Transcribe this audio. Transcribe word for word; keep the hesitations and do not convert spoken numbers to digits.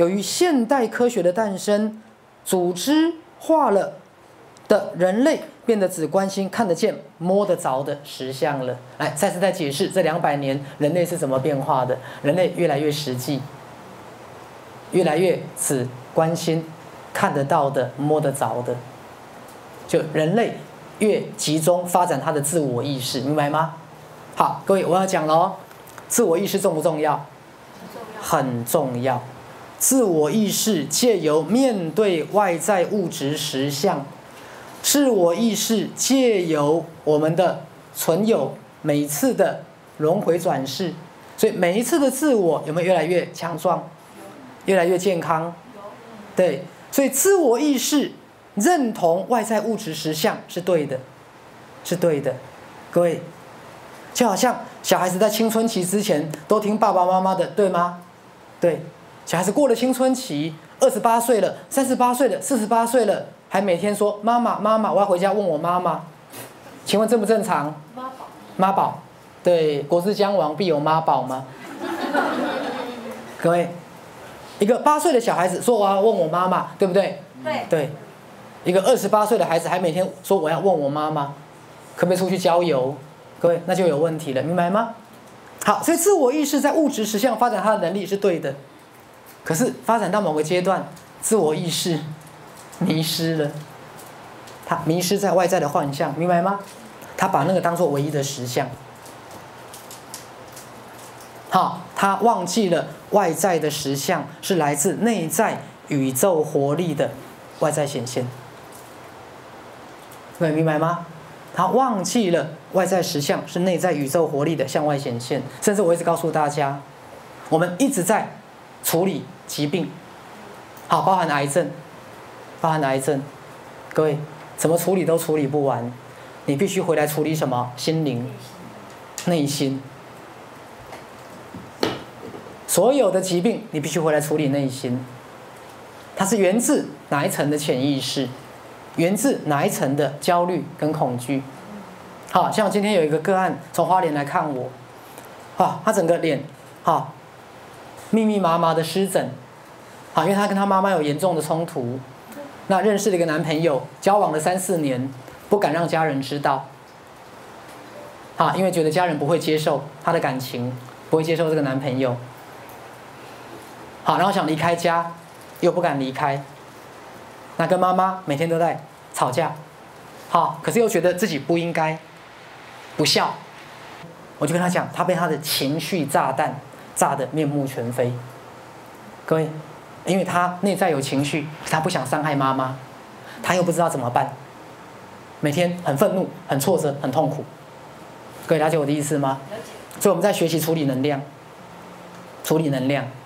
由于现代科学的诞生，组织化了的人类变得只关心看得见、摸得着的实相了。来，再次再解释这两百年人类是怎么变化的。人类越来越实际，越来越只关心看得到的、摸得着的。就人类越集中发展他的自我意识，明白吗？好，各位，我要讲了哦，自我意识重不重要？很重要。自我意识借由面对外在物质实相，自我意识借由我们的存有每一次的轮回转世，所以每一次的自我有没有越来越强壮，越来越健康？对，所以自我意识认同外在物质实相是对的，是对的。各位，就好像小孩子在青春期之前都听爸爸妈妈的，对吗？对。小孩子过了青春期，二十八岁了，三十八岁了，四十八岁了，还每天说妈妈妈妈，我要回家问我妈妈。请问正不正常？妈宝。妈宝，对，国之将亡必有妈宝吗？各位，一个八岁的小孩子说我要问我妈妈，对不对？ 对。 对。一个二十八岁的孩子还每天说我要问我妈妈，可不可以出去郊游？各位，那就有问题了，明白吗？好，所以自我意识在物质实相发展它的能力是对的。可是发展到某个阶段，自我意识迷失了，他迷失在外在的幻象，明白吗？他把那个当作唯一的实相。好，他忘记了外在的实相是来自内在宇宙活力的外在显现。各位明白吗？他忘记了外在实相是内在宇宙活力的向外显现。甚至我一直告诉大家，我们一直在处理疾病，好，包含癌症，包含癌症，各位怎么处理都处理不完，你必须回来处理什么？心灵、内心，所有的疾病你必须回来处理内心，它是源自哪一层的潜意识，源自哪一层的焦虑跟恐惧。好，像今天有一个个案从花莲来看我，啊，他整个脸，好，密密麻麻的湿疹，好，因为他跟他妈妈有严重的冲突，那认识了一个男朋友，交往了三四年，不敢让家人知道，好，因为觉得家人不会接受他的感情，不会接受这个男朋友，好，然后想离开家，又不敢离开，那跟妈妈每天都在吵架，好，可是又觉得自己不应该，不孝，我就跟他讲，他被他的情绪炸弹炸得面目全非。各位，因为他内在有情绪，他不想伤害妈妈，他又不知道怎么办，每天很愤怒、很挫折、很痛苦。各位了解我的意思吗？所以我们在学习处理能量，处理能量。